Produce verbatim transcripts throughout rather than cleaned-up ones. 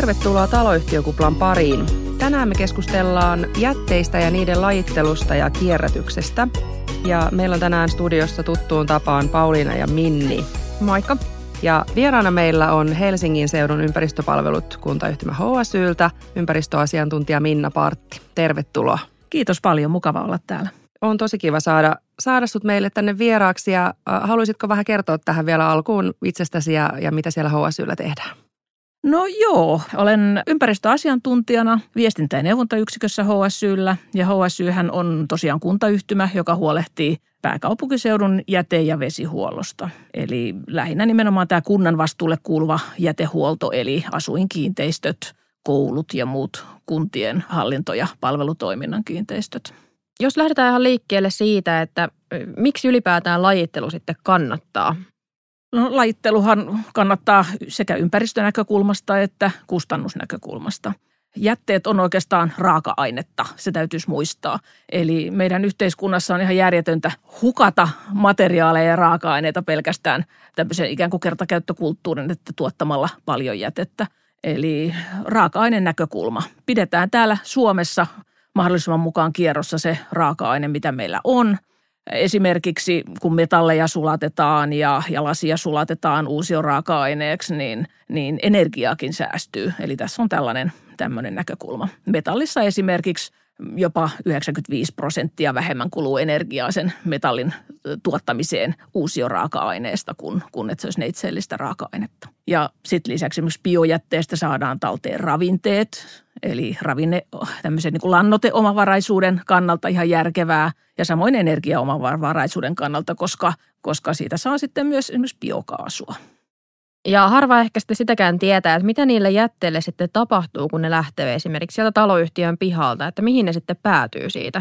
Tervetuloa taloyhtiökuplan pariin. Tänään me keskustellaan jätteistä ja niiden lajittelusta ja kierrätyksestä. Ja meillä on tänään studiossa tuttuun tapaan Pauliina ja Minni. Moikka. Ja vieraana meillä on Helsingin seudun ympäristöpalvelut kuntayhtymä H S Y:ltä ympäristöasiantuntija Minna Partti. Tervetuloa. Kiitos paljon, mukava olla täällä. On tosi kiva saada, saada sut meille tänne vieraaksi ja haluaisitko vähän kertoa tähän vielä alkuun itsestäsi ja, ja mitä siellä H S Y:llä tehdään? No joo, olen ympäristöasiantuntijana viestintä- ja neuvontayksikössä H S Y:llä ja H S Y:hän on tosiaan kuntayhtymä, joka huolehtii pääkaupunkiseudun jäte- ja vesihuollosta. Eli lähinnä nimenomaan tämä kunnan vastuulle kuuluva jätehuolto, eli asuinkiinteistöt, koulut ja muut kuntien hallinto- ja palvelutoiminnan kiinteistöt. Jos lähdetään ihan liikkeelle siitä, että miksi ylipäätään lajittelu sitten kannattaa? No, lajitteluhan kannattaa sekä ympäristönäkökulmasta että kustannusnäkökulmasta. Jätteet on oikeastaan raaka-ainetta, se täytyisi muistaa. Eli meidän yhteiskunnassa on ihan järjetöntä hukata materiaaleja ja raaka-aineita pelkästään tämmöisen ikään kuin kertakäyttökulttuurin, että tuottamalla paljon jätettä. Eli raaka-aineen näkökulma. Pidetään täällä Suomessa mahdollisimman mukaan kierrossa se raaka-aine, mitä meillä on. Esimerkiksi kun metalleja sulatetaan ja, ja lasia sulatetaan uusioraaka-aineeksi, niin, niin energiaakin säästyy. Eli tässä on tällainen tämmöinen näkökulma. Metallissa esimerkiksi jopa yhdeksänkymmentäviisi prosenttia vähemmän kuluu energiaa sen metallin tuottamiseen uusioraaka-aineesta, kun, kun et se olisi neitseellistä raaka-ainetta. Ja sitten lisäksi esimerkiksi biojätteestä saadaan talteen ravinteet, eli ravinne tämmöisen niin kuin lannoiteomavaraisuuden kannalta ihan järkevää ja samoin energiaomavaraisuuden kannalta, koska, koska siitä saa sitten myös esimerkiksi biokaasua. Ja harva ehkä sitten sitäkään tietää, että mitä niille jätteille sitten tapahtuu, kun ne lähtee esimerkiksi sieltä taloyhtiön pihalta, että mihin ne sitten päätyy siitä?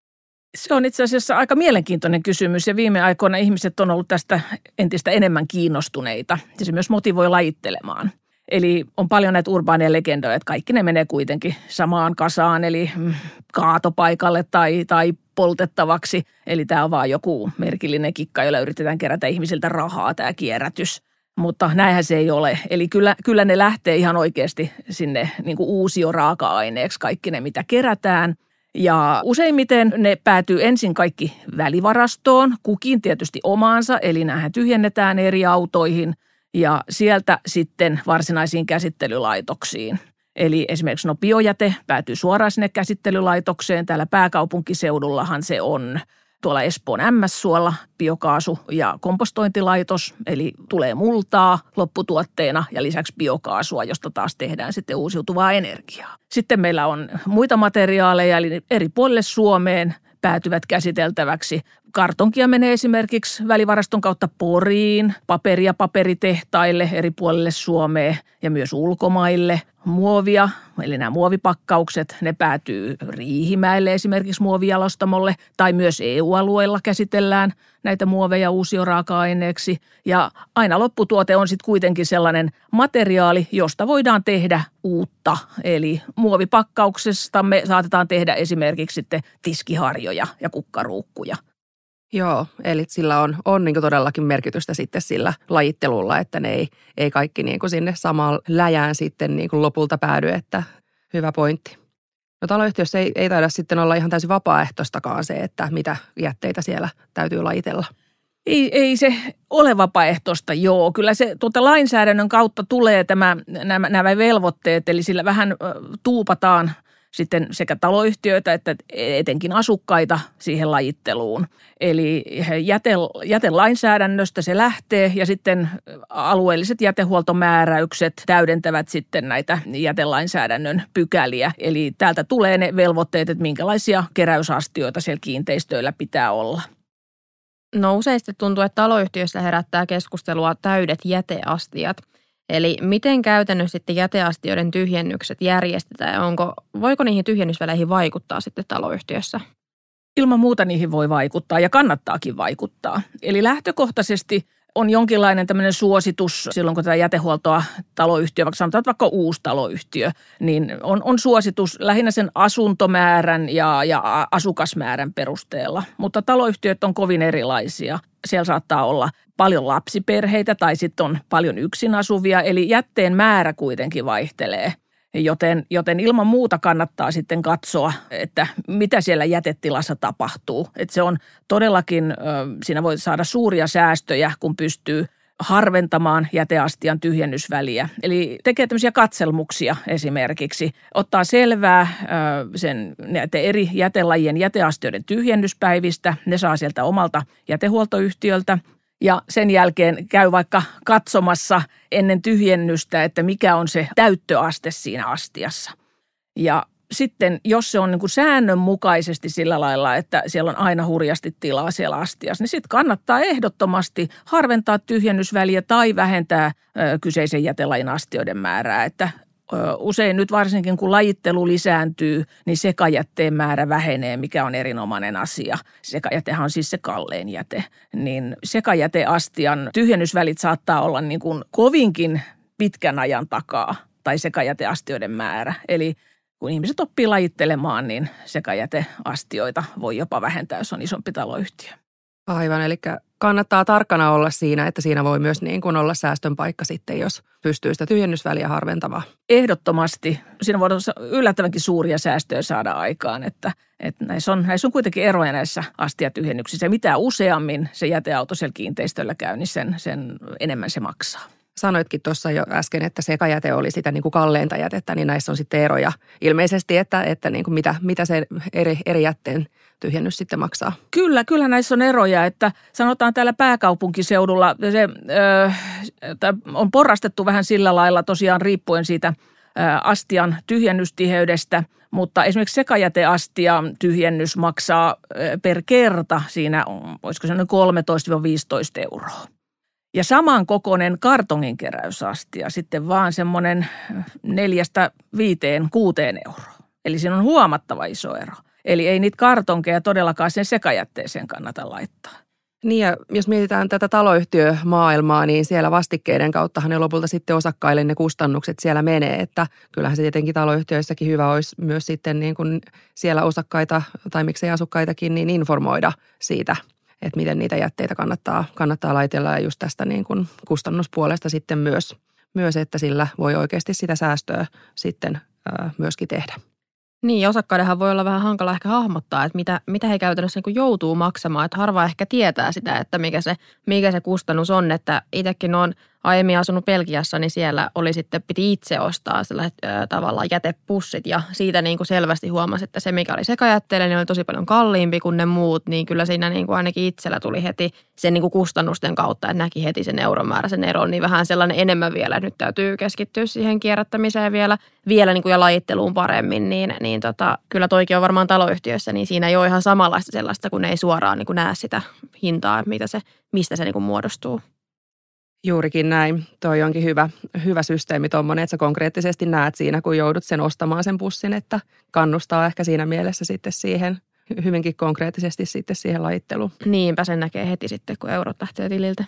Se on itse asiassa aika mielenkiintoinen kysymys ja viime aikoina ihmiset on ollut tästä entistä enemmän kiinnostuneita ja se myös motivoi lajittelemaan. Eli on paljon näitä urbaaneja legendoja, että kaikki ne menee kuitenkin samaan kasaan, eli kaatopaikalle tai, tai poltettavaksi. Eli tämä on vaan joku merkillinen kikka, jolla yritetään kerätä ihmisiltä rahaa, tämä kierrätys. Mutta näinhän se ei ole. Eli kyllä, kyllä ne lähtee ihan oikeasti sinne niin kuin uusioraaka-aineeksi, kaikki ne mitä kerätään. Ja useimmiten ne päätyy ensin kaikki välivarastoon, kukin tietysti omaansa, eli näähän tyhjennetään eri autoihin ja sieltä sitten varsinaisiin käsittelylaitoksiin. Eli esimerkiksi no biojäte päätyy suoraan sinne käsittelylaitokseen. Täällä pääkaupunkiseudullahan se on tuolla Espoon M S-suolla biokaasu- ja kompostointilaitos, eli tulee multaa lopputuotteena ja lisäksi biokaasua, josta taas tehdään sitten uusiutuvaa energiaa. Sitten meillä on muita materiaaleja, eli eri puolille Suomeen päätyvät käsiteltäväksi. Kartonkia menee esimerkiksi välivaraston kautta Poriin, paperia paperitehtaille eri puolille Suomeen ja myös ulkomaille. Muovia, eli nämä muovipakkaukset, ne päätyy Riihimäelle esimerkiksi muovijalostamolle tai myös E U-alueella käsitellään näitä muoveja uusioraaka-aineeksi. Ja aina lopputuote on sitten kuitenkin sellainen materiaali, josta voidaan tehdä uutta. Eli muovipakkauksesta me saatetaan tehdä esimerkiksi sitten tiskiharjoja ja kukkaruukkuja. Joo, eli sillä on, on niin kuin todellakin merkitystä sitten sillä lajittelulla, että ne ei, ei kaikki niin kuin sinne samaan läjään sitten niin kuin lopulta päädy, että hyvä pointti. No taloyhtiössä ei, ei taida sitten olla ihan täysin vapaaehtoistakaan se, että mitä jätteitä siellä täytyy lajitella. Ei, ei se ole vapaaehtoista, joo. Kyllä se tuota lainsäädännön kautta tulee tämä, nämä, nämä velvoitteet, eli sillä vähän tuupataan sitten sekä taloyhtiöitä että etenkin asukkaita siihen lajitteluun. Eli jäte, jätelainsäädännöstä se lähtee ja sitten alueelliset jätehuoltomääräykset täydentävät sitten näitä jätelainsäädännön pykäliä. Eli täältä tulee ne velvoitteet, että minkälaisia keräysastioita siellä kiinteistöillä pitää olla. No useasti tuntuu, että taloyhtiössä herättää keskustelua täydet jäteastiat. Eli miten käytännössä sitten jäteastioiden tyhjennykset järjestetään ja onko, voiko niihin tyhjennysväleihin vaikuttaa sitten taloyhtiössä? Ilman muuta niihin voi vaikuttaa ja kannattaakin vaikuttaa. Eli lähtökohtaisesti on jonkinlainen tämmöinen suositus silloin, kun tätä jätehuoltoa taloyhtiö, vaikka sanotaan, että vaikka uusi taloyhtiö, niin on, on suositus lähinnä sen asuntomäärän ja, ja asukasmäärän perusteella. Mutta taloyhtiöt on kovin erilaisia. Siellä saattaa olla paljon lapsiperheitä tai sitten on paljon yksin asuvia, eli jätteen määrä kuitenkin vaihtelee. Joten, joten ilman muuta kannattaa sitten katsoa, että mitä siellä jätetilassa tapahtuu. Että se on todellakin, siinä voi saada suuria säästöjä, kun pystyy harventamaan jäteastian tyhjennysväliä. Eli tekee tämmöisiä katselmuksia esimerkiksi. Ottaa selvää sen näiden eri jätelajien jäteastioiden tyhjennyspäivistä. Ne saa sieltä omalta jätehuoltoyhtiöltä. Ja sen jälkeen käy vaikka katsomassa ennen tyhjennystä, että mikä on se täyttöaste siinä astiassa. Ja sitten jos se on niin kuin säännönmukaisesti sillä lailla, että siellä on aina hurjasti tilaa siellä astiassa, niin sitten kannattaa ehdottomasti harventaa tyhjennysväliä tai vähentää ö, kyseisen jätelajin astioiden määrää. Että ö, usein nyt varsinkin kun lajittelu lisääntyy, niin sekajätteen määrä vähenee, mikä on erinomainen asia. Sekajätehän on siis se kallein jäte. Niin sekajäteastian tyhjennysvälit saattaa olla niin kuin kovinkin pitkän ajan takaa tai sekajäteastioiden määrä. Eli kun ihmiset oppii lajittelemaan, niin sekajäteastioita voi jopa vähentää, jos on isompi taloyhtiö. Aivan, eli kannattaa tarkkana olla siinä, että siinä voi myös niin kuin olla säästön paikka sitten, jos pystyy sitä tyhjennysväliä harventamaan. Ehdottomasti. Siinä voi olla yllättävänkin suuria säästöjä saada aikaan, että, että näissä, on, näissä on kuitenkin eroja näissä astiatyhjennyksissä. Mitä useammin se jäteauto siellä kiinteistöllä käy, niin sen, sen enemmän se maksaa. Sanoitkin tuossa jo äsken, että sekajäte oli sitä niin kuin kalleinta jätettä, niin näissä on sitten eroja ilmeisesti, että, että niin kuin mitä, mitä se eri, eri jätteen tyhjennys sitten maksaa. Kyllä, kyllä näissä on eroja, että sanotaan täällä pääkaupunkiseudulla se ö, on porrastettu vähän sillä lailla tosiaan riippuen siitä ö, astian tyhjennystiheydestä, mutta esimerkiksi sekajäteastian tyhjennys maksaa ö, per kerta siinä, olisiko se noin kolmetoista viisitoista euroa. Ja samankokoinen kartonginkeräysastia sitten vaan semmoinen neljästä viiteen kuuteen euroa. Eli siinä on huomattava iso ero. Eli ei niitä kartonkeja todellakaan sen sekajätteeseen kannata laittaa. Niin ja jos mietitään tätä taloyhtiömaailmaa, niin siellä vastikkeiden kauttahan ne lopulta sitten osakkaille ne kustannukset siellä menee. Että kyllähän se tietenkin taloyhtiöissäkin hyvä olisi myös sitten niin kuin siellä osakkaita tai miksei asukkaitakin niin informoida siitä, että miten niitä jätteitä kannattaa, kannattaa laitella ja just tästä niin kuin kustannuspuolesta sitten myös, myös, että sillä voi oikeasti sitä säästöä sitten ää, myöskin tehdä. Niin, ja osakkaidenhan voi olla vähän hankala ehkä hahmottaa, että mitä, mitä he käytännössä niin kuin joutuu maksamaan. Että harva ehkä tietää sitä, että mikä se, mikä se kustannus on. Että itsekin olen aiemmin asunut Belgiassa, niin siellä oli sitten, piti itse ostaa sellaiset äh, tavallaan jätepussit. Ja siitä niin kuin selvästi huomasi, että se mikä oli sekajätteelle, niin oli tosi paljon kalliimpi kuin ne muut. Niin kyllä siinä niin kuin ainakin itsellä tuli heti sen niin kuin kustannusten kautta, että näki heti sen euromääräisen eron. Niin vähän sellainen enemmän vielä, että nyt täytyy keskittyä siihen kierrättämiseen vielä, vielä niin kuin ja lajitteluun paremmin. Niin, niin tota, kyllä toikin on varmaan taloyhtiössä, niin siinä ei ole ihan samanlaista sellaista, kun ne ei suoraan niin kuin näe sitä hintaa, mitä se, mistä se niin kuin muodostuu. Juurikin näin. Toi onkin hyvä, hyvä systeemi tuommoinen, että sä konkreettisesti näet siinä, kun joudut sen ostamaan sen pussin, että kannustaa ehkä siinä mielessä sitten siihen hyvinkin konkreettisesti sitten siihen lajitteluun. Niinpä sen näkee heti sitten, kun eurot lähtee tililtä.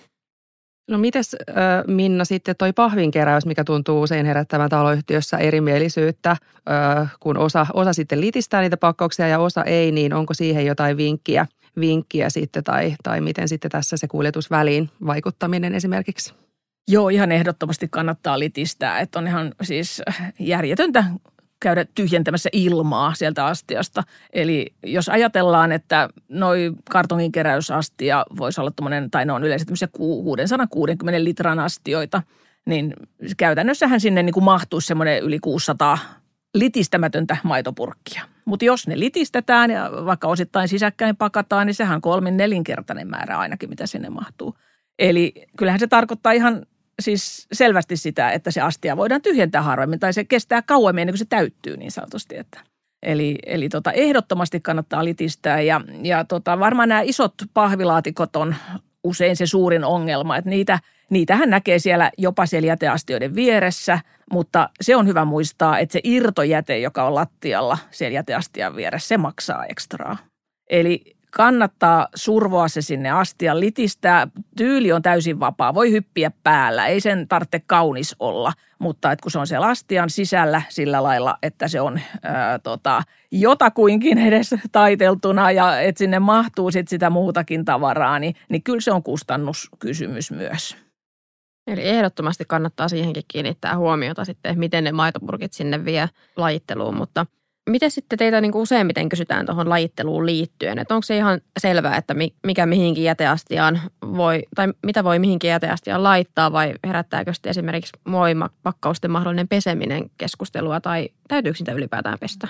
No mites Minna sitten toi pahvinkeräys, mikä tuntuu usein herättävän taloyhtiössä erimielisyyttä, kun osa, osa sitten litistää niitä pakkauksia ja osa ei, niin onko siihen jotain vinkkiä? vinkkiä sitten tai, tai miten sitten tässä se kuljetusväliin vaikuttaminen esimerkiksi? Joo, ihan ehdottomasti kannattaa litistää, että on ihan siis järjetöntä käydä tyhjentämässä ilmaa sieltä astiasta. Eli jos ajatellaan, että noi kartonginkeräysastia voisi olla tuommoinen, tai ne on yleensä tämmöisiä kuusisataakuusikymmentä litran astioita, niin käytännössähän sinne niin kuin mahtuisi semmoinen yli kuusisataa litistämätöntä maitopurkkia. Mutta jos ne litistetään ja vaikka osittain sisäkkäin pakataan, niin sehän on kolmin nelinkertainen määrä ainakin, mitä sinne mahtuu. Eli kyllähän se tarkoittaa ihan siis selvästi sitä, että se astia voidaan tyhjentää harvemmin tai se kestää kauemmin ennen kuin se täyttyy niin sanotusti. Että. Eli, eli tota, ehdottomasti kannattaa litistää ja, ja tota, varmaan nämä isot pahvilaatikot on usein se suurin ongelma, että niitä, niitähän näkee siellä jopa siellä jäteastioiden vieressä, mutta se on hyvä muistaa, että se irtojäte, joka on lattialla siellä jäteastian vieressä, se maksaa ekstraa. Eli kannattaa survoa se sinne astian, litistää. Tyyli on täysin vapaa, voi hyppiä päällä, ei sen tarvitse kaunis olla, mutta että kun se on siellä astian sisällä sillä lailla, että se on ää, tota, jotakuinkin edes taiteltuna ja että sinne mahtuu sit sitä muutakin tavaraa, niin, niin kyllä se on kustannuskysymys myös. Eli ehdottomasti kannattaa siihenkin kiinnittää huomiota sitten, että miten ne maitopurkit sinne vie lajitteluun, mutta miten sitten teitä niin kuin useimmiten kysytään tuohon lajitteluun liittyen, että onko se ihan selvää, että mikä mihinkin jäteastiaan voi, tai mitä voi mihinkin jäteastiaan laittaa, vai herättääkö sitten esimerkiksi muovipakkausten mahdollinen peseminen keskustelua, tai täytyykö sitä ylipäätään pestä?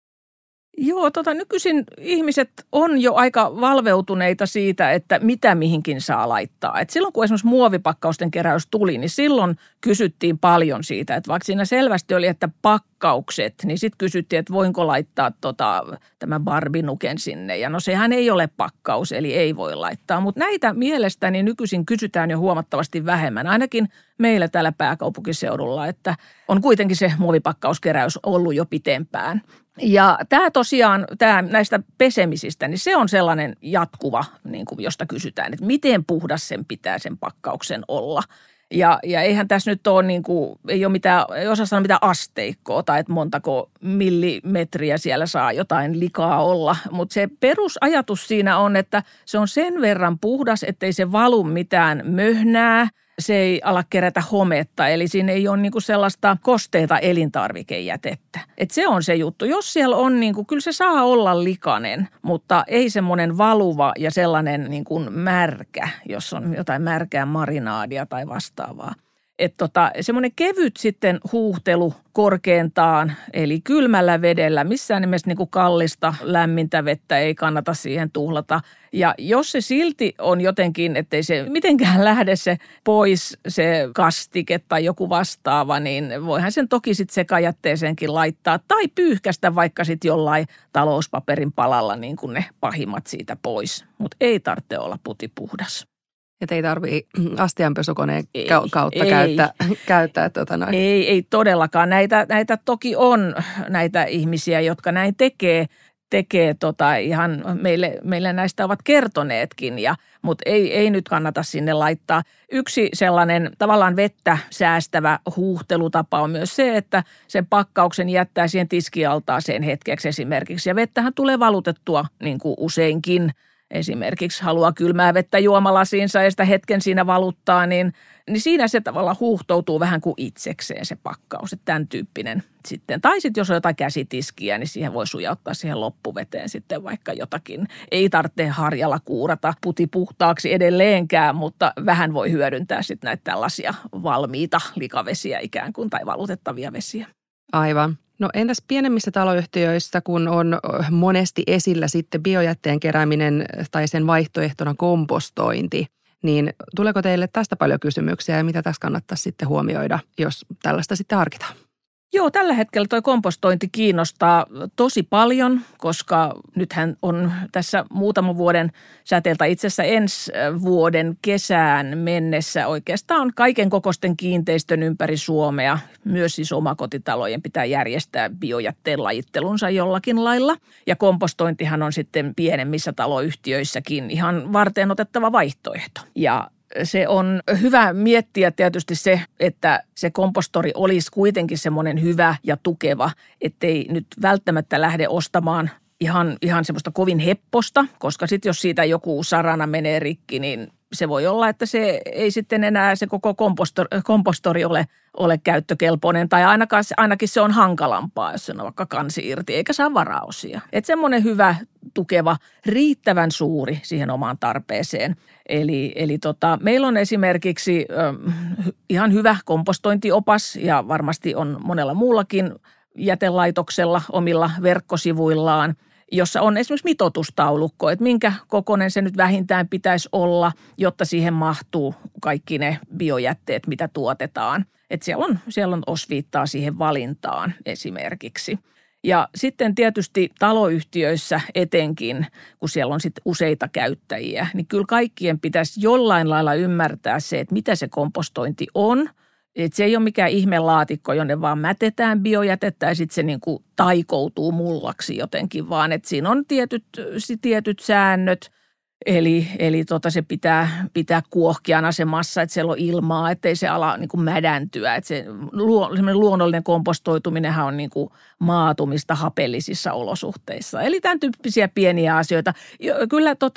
Joo, tota, nykyisin ihmiset on jo aika valveutuneita siitä, että mitä mihinkin saa laittaa. Et silloin kun esimerkiksi muovipakkausten keräys tuli, niin silloin kysyttiin paljon siitä, että vaikka siinä selvästi oli, että pakkaukset, niin sitten kysyttiin, että voinko laittaa tota, tämän barbinuken sinne. Ja no sehän ei ole pakkaus, eli ei voi laittaa, mutta näitä mielestäni nykyisin kysytään jo huomattavasti vähemmän, ainakin meillä täällä pääkaupunkiseudulla, että on kuitenkin se muovipakkauskeräys ollut jo pitempään. Ja tämä tosiaan, tämä näistä pesemisistä, niin se on sellainen jatkuva, niin kuin josta kysytään, että miten puhdas sen pitää sen pakkauksen olla. Ja, ja eihän tässä nyt ole, niin kuin, ei ole mitään, ei osaa sanoa mitään asteikkoa tai että montako millimetriä siellä saa jotain likaa olla. Mutta se perusajatus siinä on, että se on sen verran puhdas, ettei se valu mitään möhnää. Se ei ala kerätä hometta, eli siinä ei ole niinku sellaista kosteita elintarvikejätettä. Et se on se juttu. Jos siellä on, niinku, kyllä se saa olla likainen, mutta ei semmoinen valuva ja sellainen niinku märkä, jos on jotain märkää marinaadia tai vastaavaa. Että tota, semmoinen kevyt sitten huuhtelu korkeintaan, eli kylmällä vedellä, missään nimessä niin kuin kallista lämmintä vettä ei kannata siihen tuhlata. Ja jos se silti on jotenkin, ettei se mitenkään lähde se pois, se kastike tai joku vastaava, niin voihan sen toki sitten sekajätteeseenkin laittaa tai pyyhkästä vaikka sitten jollain talouspaperin palalla niin kuin ne pahimmat siitä pois. Mutta ei tarvitse olla putipuhdas. Että ei tarvitse astianpesukoneen ei, kautta ei. käyttää. käyttää tota noin. Ei, ei todellakaan. Näitä, näitä toki on näitä ihmisiä, jotka näin tekee, tekee tota ihan, meille, meille näistä ovat kertoneetkin, ja, mutta ei, ei nyt kannata sinne laittaa. Yksi sellainen tavallaan vettä säästävä huuhtelutapa on myös se, että sen pakkauksen jättää siihen tiskialtaaseen hetkeksi esimerkiksi, ja vettähän tulee valutettua niin kuin useinkin. Esimerkiksi haluaa kylmää vettä juomalasiinsa ja sitä hetken siinä valuttaa, niin, niin siinä se tavallaan huuhtoutuu vähän kuin itsekseen se pakkaus, että tämän tyyppinen sitten. Tai sitten jos on jotain käsitiskiä, niin siihen voi sujauttaa siihen loppuveteen sitten vaikka jotakin. Ei tarvitse harjalla kuurata puti puhtaaksi edelleenkään, mutta vähän voi hyödyntää sitten näitä tällaisia valmiita likavesiä ikään kuin tai valutettavia vesiä. Aivan. No entäs pienemmissä taloyhtiöissä, kun on monesti esillä sitten biojätteen kerääminen tai sen vaihtoehtona kompostointi, niin tuleeko teille tästä paljon kysymyksiä ja mitä tässä kannattaisi sitten huomioida, jos tällaista sitten harkitaan? Joo, tällä hetkellä toi kompostointi kiinnostaa tosi paljon, koska nythän on tässä muutaman vuoden säteeltä itse asiassa ensi vuoden kesään mennessä oikeastaan kaiken kokoisten kiinteistön ympäri Suomea, myös siis omakotitalojen pitää järjestää biojätteen lajittelunsa jollakin lailla. Ja kompostointihan on sitten pienemmissä taloyhtiöissäkin ihan varten otettava vaihtoehto. Ja se on hyvä miettiä tietysti se, että se kompostori olisi kuitenkin semmoinen hyvä ja tukeva, ettei nyt välttämättä lähde ostamaan ihan, ihan semmoista kovin hepposta, koska sitten jos siitä joku sarana menee rikki, niin se voi olla, että se ei sitten enää se koko kompostori, kompostori ole, ole käyttökelpoinen tai ainakaan, ainakin se on hankalampaa, jos se on vaikka kansi irti eikä saa varaosia. Että semmoinen hyvä, tukeva, riittävän suuri siihen omaan tarpeeseen. Eli, eli tota, meillä on esimerkiksi äh, ihan hyvä kompostointiopas ja varmasti on monella muullakin jätelaitoksella omilla verkkosivuillaan, jossa on esimerkiksi mitoitustaulukko, että minkä kokoinen se nyt vähintään pitäisi olla, jotta siihen mahtuu kaikki ne biojätteet, mitä tuotetaan. Että siellä on, siellä on osviittaa siihen valintaan esimerkiksi. Ja sitten tietysti taloyhtiöissä etenkin, kun siellä on sitten useita käyttäjiä, niin kyllä kaikkien pitäisi jollain lailla ymmärtää se, että mitä se kompostointi on. Että se ei ole mikään ihmelaatikko, jonne vaan mätetään biojätettä ja sitten se niin kuin taikoutuu mullaksi jotenkin, vaan että siinä on tietyt, tietyt säännöt. Eli, eli tota se pitää, pitää kuohkean asemassa, että siellä on ilmaa, ettei se ala niin kuin mädäntyä. Että se luonnollinen kompostoituminenhan on niin kuin maatumista hapellisissa olosuhteissa. Eli tämän tyyppisiä pieniä asioita. Kyllä tota,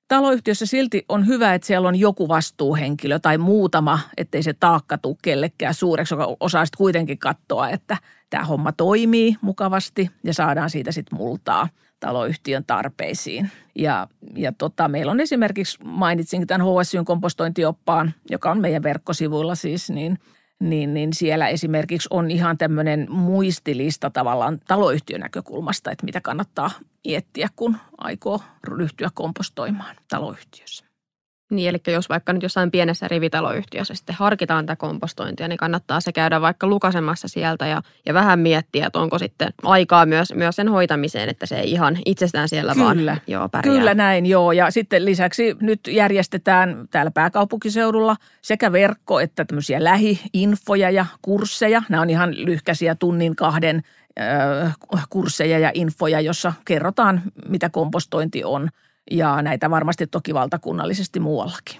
Taloyhtiössä silti on hyvä, että siellä on joku vastuuhenkilö tai muutama, ettei se taakka tule kellekään suureksi, joka osaa sitten kuitenkin katsoa, että tämä homma toimii mukavasti ja saadaan siitä sitten multaa taloyhtiön tarpeisiin. Ja, ja tota, meillä on esimerkiksi, mainitsinkin tämän H S Y:n kompostointioppaan, joka on meidän verkkosivuilla siis, niin, niin, niin siellä esimerkiksi on ihan tämmöinen muistilista tavallaan taloyhtiön näkökulmasta, että mitä kannattaa miettiä, kun aikoo ryhtyä kompostoimaan taloyhtiössä. Niin, eli jos vaikka nyt jossain pienessä rivitaloyhtiössä sitten harkitaan tätä kompostointia, niin kannattaa se käydä vaikka lukasemassa sieltä ja, ja vähän miettiä, että onko sitten aikaa myös, myös sen hoitamiseen, että se ei ihan itsestään siellä Kyllä. vaan joo, pärjää. Kyllä näin, joo. Ja sitten lisäksi nyt järjestetään täällä pääkaupunkiseudulla sekä verkko- että tämmöisiä lähi-infoja ja kursseja. Nämä on ihan lyhkäisiä tunnin kahden äh, kursseja ja infoja, jossa kerrotaan, mitä kompostointi on. Ja näitä varmasti toki valtakunnallisesti muuallakin.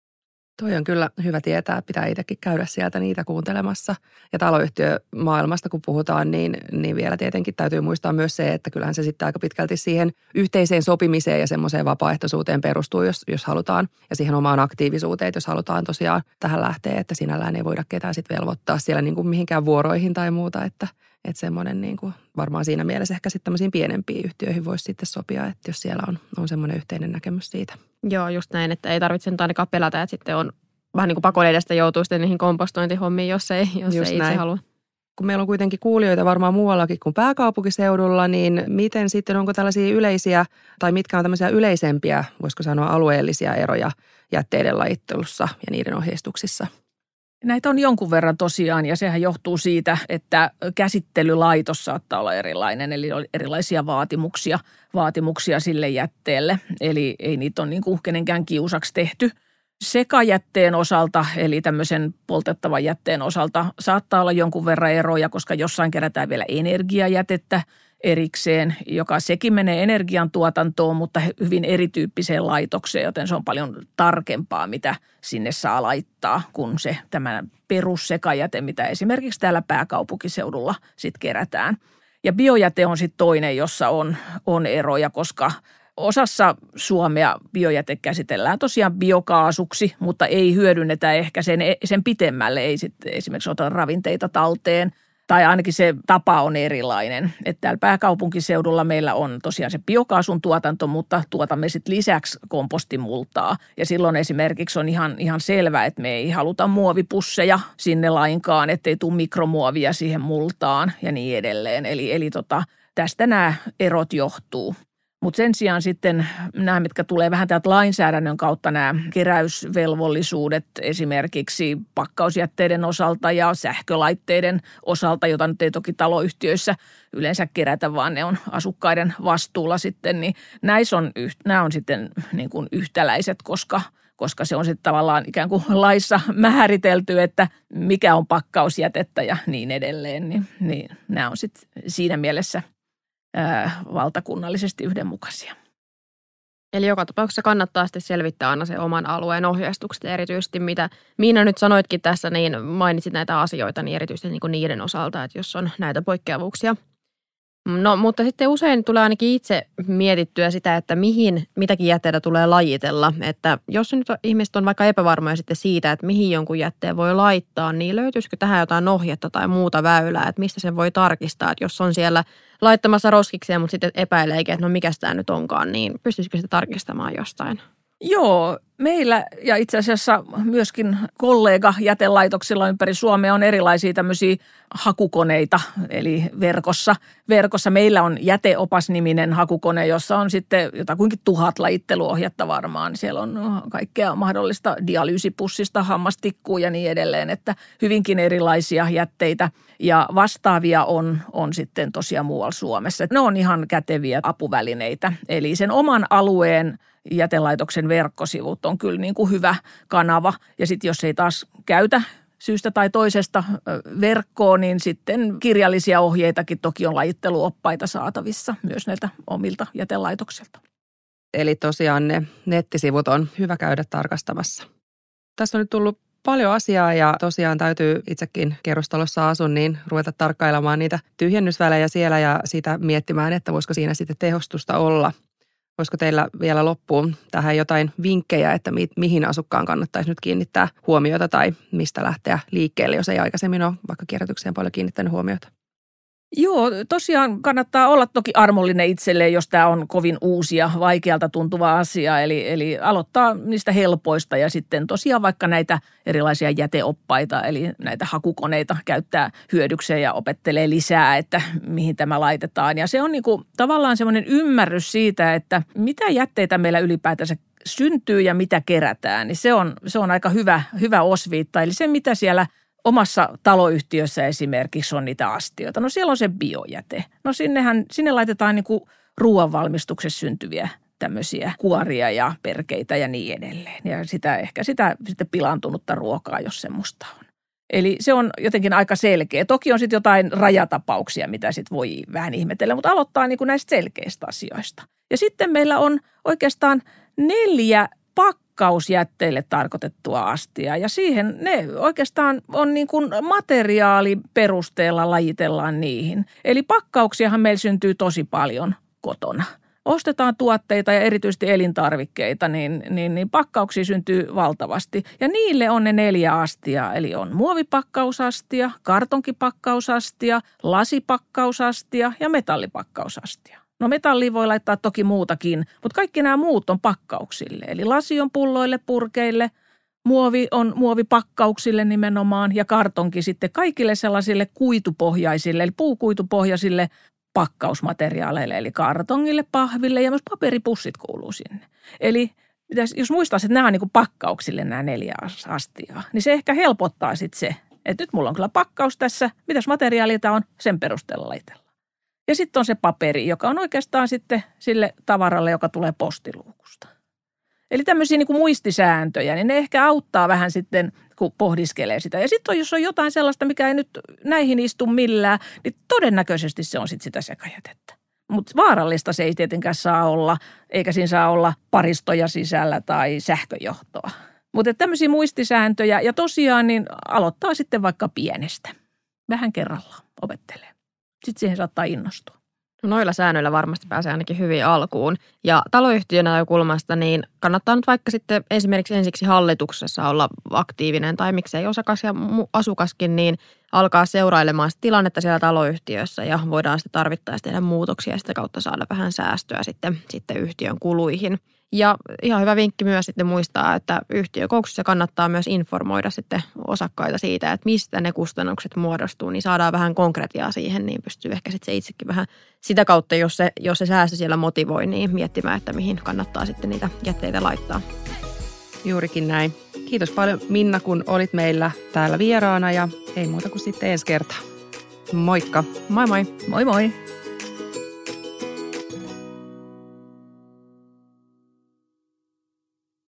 Toi on kyllä hyvä tietää, että pitää itsekin käydä sieltä niitä kuuntelemassa. Ja taloyhtiömaailmasta kun puhutaan, niin, niin vielä tietenkin täytyy muistaa myös se, että kyllähän se sitten aika pitkälti siihen yhteiseen sopimiseen ja semmoiseen vapaaehtoisuuteen perustuu, jos, jos halutaan. Ja siihen omaan aktiivisuuteen, että jos halutaan tosiaan tähän lähteä, että sinällään ei voida ketään sitten velvoittaa siellä niin kuin mihinkään vuoroihin tai muuta, että Että semmoinen niin kuin, varmaan siinä mielessä ehkä sitten tämmöisiin pienempiin yhtiöihin voisi sitten sopia, että jos siellä on, on semmoinen yhteinen näkemys siitä. Joo, just näin, että ei tarvitse nyt ainakaan pelätä, että sitten on vähän niin kuin pakon edestä joutuu sitten niihin kompostointihommiin, jos ei, jos ei itse näin. halua. Kun meillä on kuitenkin kuulijoita varmaan muuallakin kuin pääkaupunkiseudulla, niin miten sitten, onko tällaisia yleisiä tai mitkä on tämmöisiä yleisempiä, voisiko sanoa alueellisia eroja jätteiden lajittelussa ja niiden ohjeistuksissa? Näitä on jonkun verran tosiaan ja sehän johtuu siitä, että käsittelylaitos saattaa olla erilainen, eli on erilaisia vaatimuksia, vaatimuksia sille jätteelle, eli ei niitä ole niin kuin kenenkään kiusaksi tehty. Sekajätteen osalta, eli tämmöisen poltettavan jätteen osalta saattaa olla jonkun verran eroja, koska jossain kerätään vielä energiajätettä erikseen, joka sekin menee energiantuotantoon, mutta hyvin erityyppiseen laitokseen, joten se on paljon tarkempaa, mitä sinne saa laittaa, kuin se tämä perussekajäte, mitä esimerkiksi täällä pääkaupunkiseudulla sitten kerätään. Ja biojäte on sitten toinen, jossa on, on eroja, koska osassa Suomea biojäte käsitellään tosiaan biokaasuksi, mutta ei hyödynnetä ehkä sen, sen pitemmälle, ei sitten esimerkiksi ota ravinteita talteen. Tai ainakin se tapa on erilainen. Että täällä pääkaupunkiseudulla meillä on tosiaan se biokaasun tuotanto, mutta tuotamme sitten lisäksi kompostimultaa. Ja silloin esimerkiksi on ihan, ihan selvää, että me ei haluta muovipusseja sinne lainkaan, ettei tule mikromuovia siihen multaan ja niin edelleen. Eli, eli tota, tästä nämä erot johtuu. Mutta sen sijaan sitten nämä, mitkä tulee vähän täältä lainsäädännön kautta, nämä keräysvelvollisuudet esimerkiksi pakkausjätteiden osalta ja sähkölaitteiden osalta, jota nyt ei toki taloyhtiöissä yleensä kerätä, vaan ne on asukkaiden vastuulla sitten, niin näissä on, nämä on sitten niin kuin yhtäläiset, koska, koska se on sitten tavallaan ikään kuin laissa määritelty, että mikä on pakkausjätettä ja niin edelleen, niin, niin nämä on sitten siinä mielessä valtakunnallisesti yhdenmukaisia. Eli joka tapauksessa kannattaa sitten selvittää aina se oman alueen ohjeistukset, erityisesti mitä Miina nyt sanoitkin tässä, niin mainitsit näitä asioita, niin erityisesti niin kuin niiden osalta, että jos on näitä poikkeavuuksia. No, mutta sitten usein tulee ainakin itse mietittyä sitä, että mihin mitäkin jätteitä tulee lajitella. Että jos nyt ihmiset on vaikka epävarmoja sitten siitä, että mihin jonkun jätteen voi laittaa, niin löytyisikö tähän jotain ohjetta tai muuta väylää, että mistä sen voi tarkistaa. Että jos on siellä laittamassa roskikseen, mutta sitten epäileekin, että no mikäs tämä nyt onkaan, niin pystyisikö sitä tarkistamaan jostain? Joo, meillä ja itse asiassa myöskin kollega jätelaitoksilla ympäri Suomea on erilaisia tämmöisiä hakukoneita, eli verkossa. Verkossa meillä on jäteopas-niminen hakukone, jossa on sitten jotakuinkin tuhat lajitteluohjetta varmaan. Siellä on kaikkea mahdollista dialyysipussista, hammastikkuun ja niin edelleen, että hyvinkin erilaisia jätteitä. Ja vastaavia on, on sitten tosiaan muualla Suomessa. Ne on ihan käteviä apuvälineitä, eli sen oman alueen jätelaitoksen verkkosivut on kyllä niin kuin hyvä kanava. Ja sitten jos ei taas käytä syystä tai toisesta verkkoa, niin sitten kirjallisia ohjeitakin toki on lajitteluoppaita saatavissa myös näiltä omilta jätelaitoksilta. Eli tosiaan ne nettisivut on hyvä käydä tarkastamassa. Tässä on nyt tullut paljon asiaa ja tosiaan täytyy itsekin kerrostalossa asun, niin ruveta tarkkailemaan niitä tyhjennysvälejä siellä ja sitä miettimään, että voisiko siinä sitten tehostusta olla. Olisiko teillä vielä loppuun tähän jotain vinkkejä, että mi- mihin asukkaan kannattaisi nyt kiinnittää huomiota tai mistä lähteä liikkeelle, jos ei aikaisemmin ole vaikka kierrätykseen paljon kiinnittänyt huomiota? Joo, tosiaan kannattaa olla toki armollinen itselleen, jos tämä on kovin uusi ja vaikealta tuntuva asia. Eli, eli aloittaa niistä helpoista ja sitten tosiaan vaikka näitä erilaisia jäteoppaita, eli näitä hakukoneita käyttää hyödykseen ja opettelee lisää, että mihin tämä laitetaan. Ja se on niin kuin tavallaan semmoinen ymmärrys siitä, että mitä jätteitä meillä ylipäätänsä syntyy ja mitä kerätään. Niin se on, se on aika hyvä, hyvä osviitta, eli se mitä siellä omassa taloyhtiössä esimerkiksi on niitä astioita. No siellä on se biojäte. No sinnehän, sinne laitetaan niin kuin ruoanvalmistuksessa syntyviä tämmöisiä kuoria ja perkeitä ja niin edelleen. Ja sitä, ehkä sitä sitten pilaantunutta ruokaa, jos semmoista on. Eli se on jotenkin aika selkeä. Toki on sitten jotain rajatapauksia, mitä sitten voi vähän ihmetellä, mutta aloittaa niin kuin näistä selkeistä asioista. Ja sitten meillä on oikeastaan neljä pakkausjätteille tarkoitettua astia ja siihen ne oikeastaan on niin kuin materiaaliperusteella lajitellaan niihin. Eli pakkauksiahan meillä syntyy tosi paljon kotona. Ostetaan tuotteita ja erityisesti elintarvikkeita, niin, niin, niin pakkauksia syntyy valtavasti. Ja niille on ne neljä astia, eli on muovipakkausastia, kartonkipakkausastia, lasipakkausastia ja metallipakkausastia. No metalliin voi laittaa toki muutakin, mutta kaikki nämä muut on pakkauksille. Eli lasi on pulloille, purkeille, muovi on muovipakkauksille nimenomaan ja kartonki sitten kaikille sellaisille kuitupohjaisille, eli puukuitupohjaisille pakkausmateriaaleille, eli kartongille, pahville ja myös paperipussit kuuluu sinne. Eli jos muistaisi, että nämä on niin kuin pakkauksille nämä neljä astiaa, niin se ehkä helpottaa sitten se, että nyt mulla on kyllä pakkaus tässä, mitäs materiaalia tämä on, sen perusteella laitella. Ja sitten on se paperi, joka on oikeastaan sitten sille tavaralle, joka tulee postiluukusta. Eli tämmöisiä niin kuin muistisääntöjä, niin ne ehkä auttaa vähän sitten, kun pohdiskelee sitä. Ja sitten jos on jotain sellaista, mikä ei nyt näihin istu millään, niin todennäköisesti se on sitten sitä sekajätettä. Mutta vaarallista se ei tietenkään saa olla, eikä siinä saa olla paristoja sisällä tai sähköjohtoa. Mutta tämmöisiä muistisääntöjä ja tosiaan niin aloittaa sitten vaikka pienestä. Vähän kerrallaan opettelee. Sitten siihen saattaa innostua. No noilla säännöillä varmasti pääsee ainakin hyvin alkuun. Ja taloyhtiön näkökulmasta niin kannattaa nyt vaikka sitten esimerkiksi ensiksi hallituksessa olla aktiivinen tai miksei osakas ja asukaskin, niin alkaa seurailemaan sitä tilannetta siellä taloyhtiössä ja voidaan sitten tarvittaessa tehdä muutoksia ja sitä kautta saada vähän säästöä sitten, sitten yhtiön kuluihin. Ja ihan hyvä vinkki myös sitten muistaa, että yhtiökokouksissa kannattaa myös informoida sitten osakkaita siitä, että mistä ne kustannukset muodostuu, niin saadaan vähän konkretiaa siihen, niin pystyy ehkä sitten se itsekin vähän sitä kautta, jos se, jos se säästö siellä motivoi, niin miettimään, että mihin kannattaa sitten niitä jätteitä laittaa. Juurikin näin. Kiitos paljon Minna, kun olit meillä täällä vieraana ja ei muuta kuin sitten ensi kertaa. Moikka. Moi moi. Moi moi.